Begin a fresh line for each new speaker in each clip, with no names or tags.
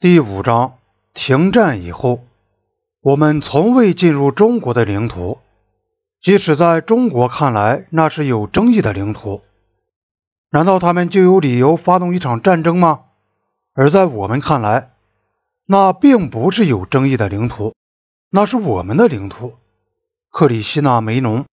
第5章，停战以后，我们从未进入中国的领土，即使在中国看来那是有争议的领土，难道他们就有理由发动一场战争吗？而在我们看来，那并不是有争议的领土，那是我们的领土。克里希那梅农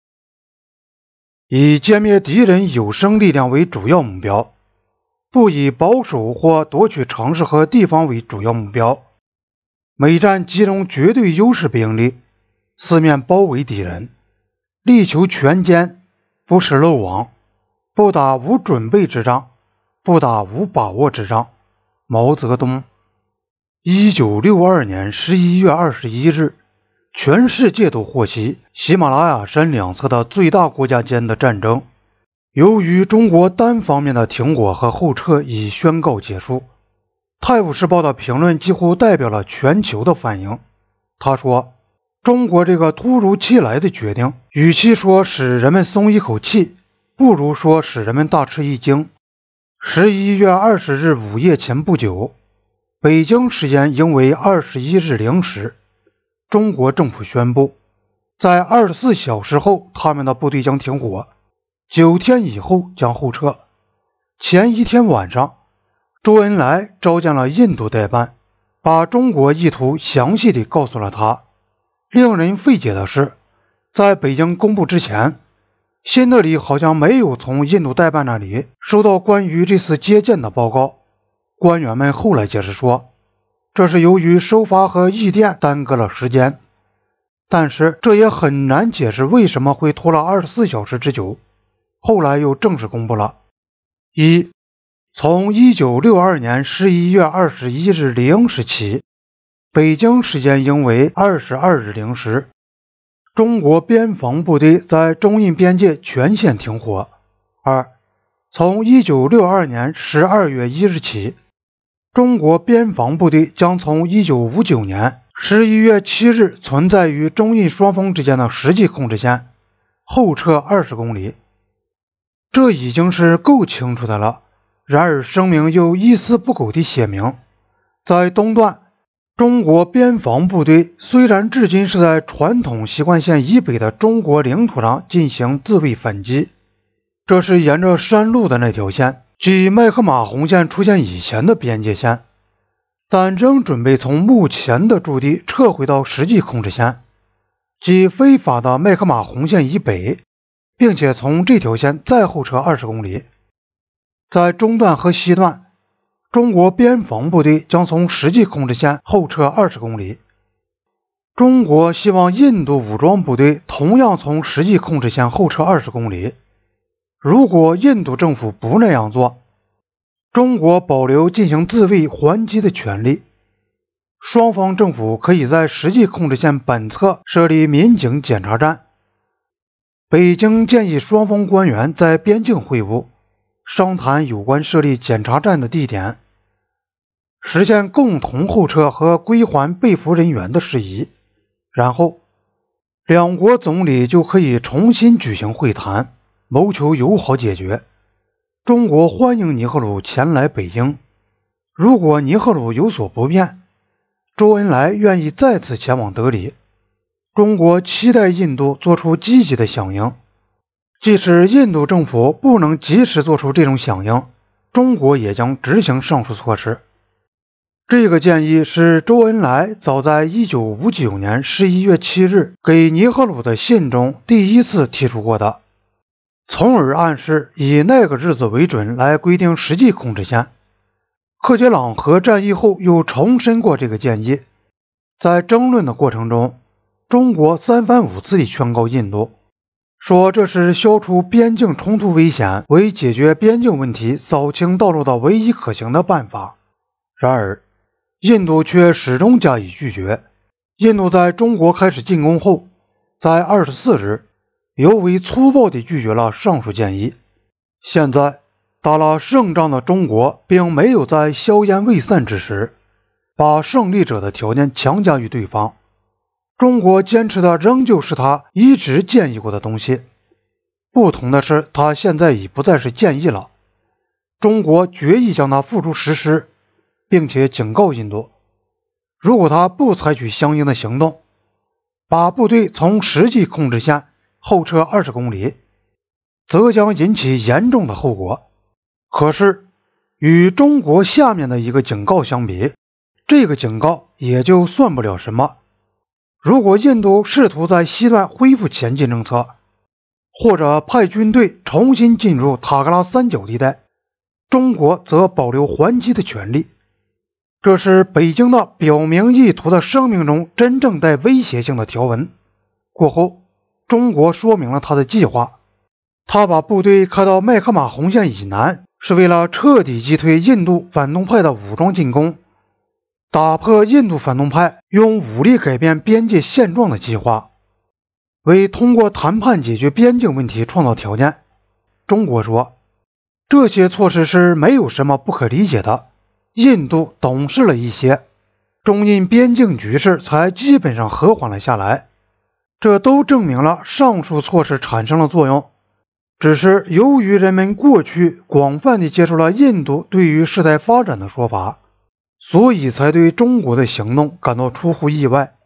以歼灭敌人有生力量为主要目标，不以保守或夺取城市和地方为主要目标。每战集中绝对优势兵力，四面包围敌人，力求全歼，不使漏网，不打无准备之仗，不打无把握之仗。毛泽东。1962年11月21日，全世界都获悉喜马拉雅山两侧的最大国家间的战争由于中国单方面的停火和后撤已宣告结束。泰晤士报的评论几乎代表了全球的反应。他说，中国这个突如其来的决定，与其说使人们松一口气，不如说使人们大吃一惊。11月20日午夜前不久，北京时间应为21日0时，中国政府宣布，在24小时后他们的部队将停火，9天以后将后撤。前一天晚上，周恩来召见了印度代办，把中国意图详细地告诉了他。令人费解的是，在北京公布之前，新德里好像没有从印度代办那里收到关于这次接见的报告。官员们后来解释说，这是由于收发和译电耽搁了时间，但是这也很难解释为什么会拖了24小时之久。后来又正式公布了。一，从1962年11月21日0时起，北京时间应为22日0时，中国边防部队在中印边界全线停火。二，从1962年12月1日起，中国边防部队将从1959年11月7日存在于中印双方之间的实际控制线后撤20公里。这已经是够清楚的了。然而声明又一丝不苟地写明，在东段，中国边防部队虽然至今是在传统习惯线以北的中国领土上进行自卫反击，这是沿着山路的那条线，即麦克马洪线出现以前的边界线，但仍准备从目前的驻地撤回到实际控制线，即非法的麦克马洪线以北，并且从这条线再后撤20公里。在中段和西段，中国边防部队将从实际控制线后撤20公里。中国希望印度武装部队同样从实际控制线后撤20公里。如果印度政府不那样做，中国保留进行自卫还击的权利。双方政府可以在实际控制线本侧设立民警检查站。北京建议双方官员在边境会晤，商谈有关设立检查站的地点，实现共同后撤和归还被俘人员的事宜。然后，两国总理就可以重新举行会谈，谋求友好解决。中国欢迎尼赫鲁前来北京，如果尼赫鲁有所不便，周恩来愿意再次前往德里。中国期待印度做出积极的响应，即使印度政府不能及时做出这种响应，中国也将执行上述措施。这个建议是周恩来早在1959年11月7日给尼赫鲁的信中第一次提出过的，从而暗示以那个日子为准来规定实际控制线。克杰朗核战役后又重申过这个建议。在争论的过程中，中国三番五次地劝告印度，说这是消除边境冲突危险为解决边境问题扫清道路的唯一可行的办法。然而印度却始终加以拒绝。印度在中国开始进攻后，在24日尤为粗暴地拒绝了上述建议。现在打了胜仗的中国并没有在硝烟未散之时把胜利者的条件强加于对方，中国坚持的仍旧是他一直建议过的东西，不同的是他现在已不再是建议了，中国决意将它付诸实施， 并且警告印度，如果他不采取相应的行动，把部队从实际控制线后撤20公里，则将引起严重的后果。可是与中国下面的一个警告相比，这个警告也就算不了什么。如果印度试图在西段恢复前进政策，或者派军队重新进入塔克拉三角地带，中国则保留还击的权利。这是北京的表明意图的声明中真正带威胁性的条文。过后，中国说明了他的计划，他把部队开到麦克马洪线以南，是为了彻底击退印度反动派的武装进攻，打破印度反动派用武力改变边界现状的计划，为通过谈判解决边境问题创造条件。中国说，这些措施是没有什么不可理解的，印度懂事了一些，中印边境局势才基本上和缓了下来，这都证明了上述措施产生了作用。只是由于人们过去广泛地接受了印度对于事态发展的说法，所以才对中国的行动感到出乎意外。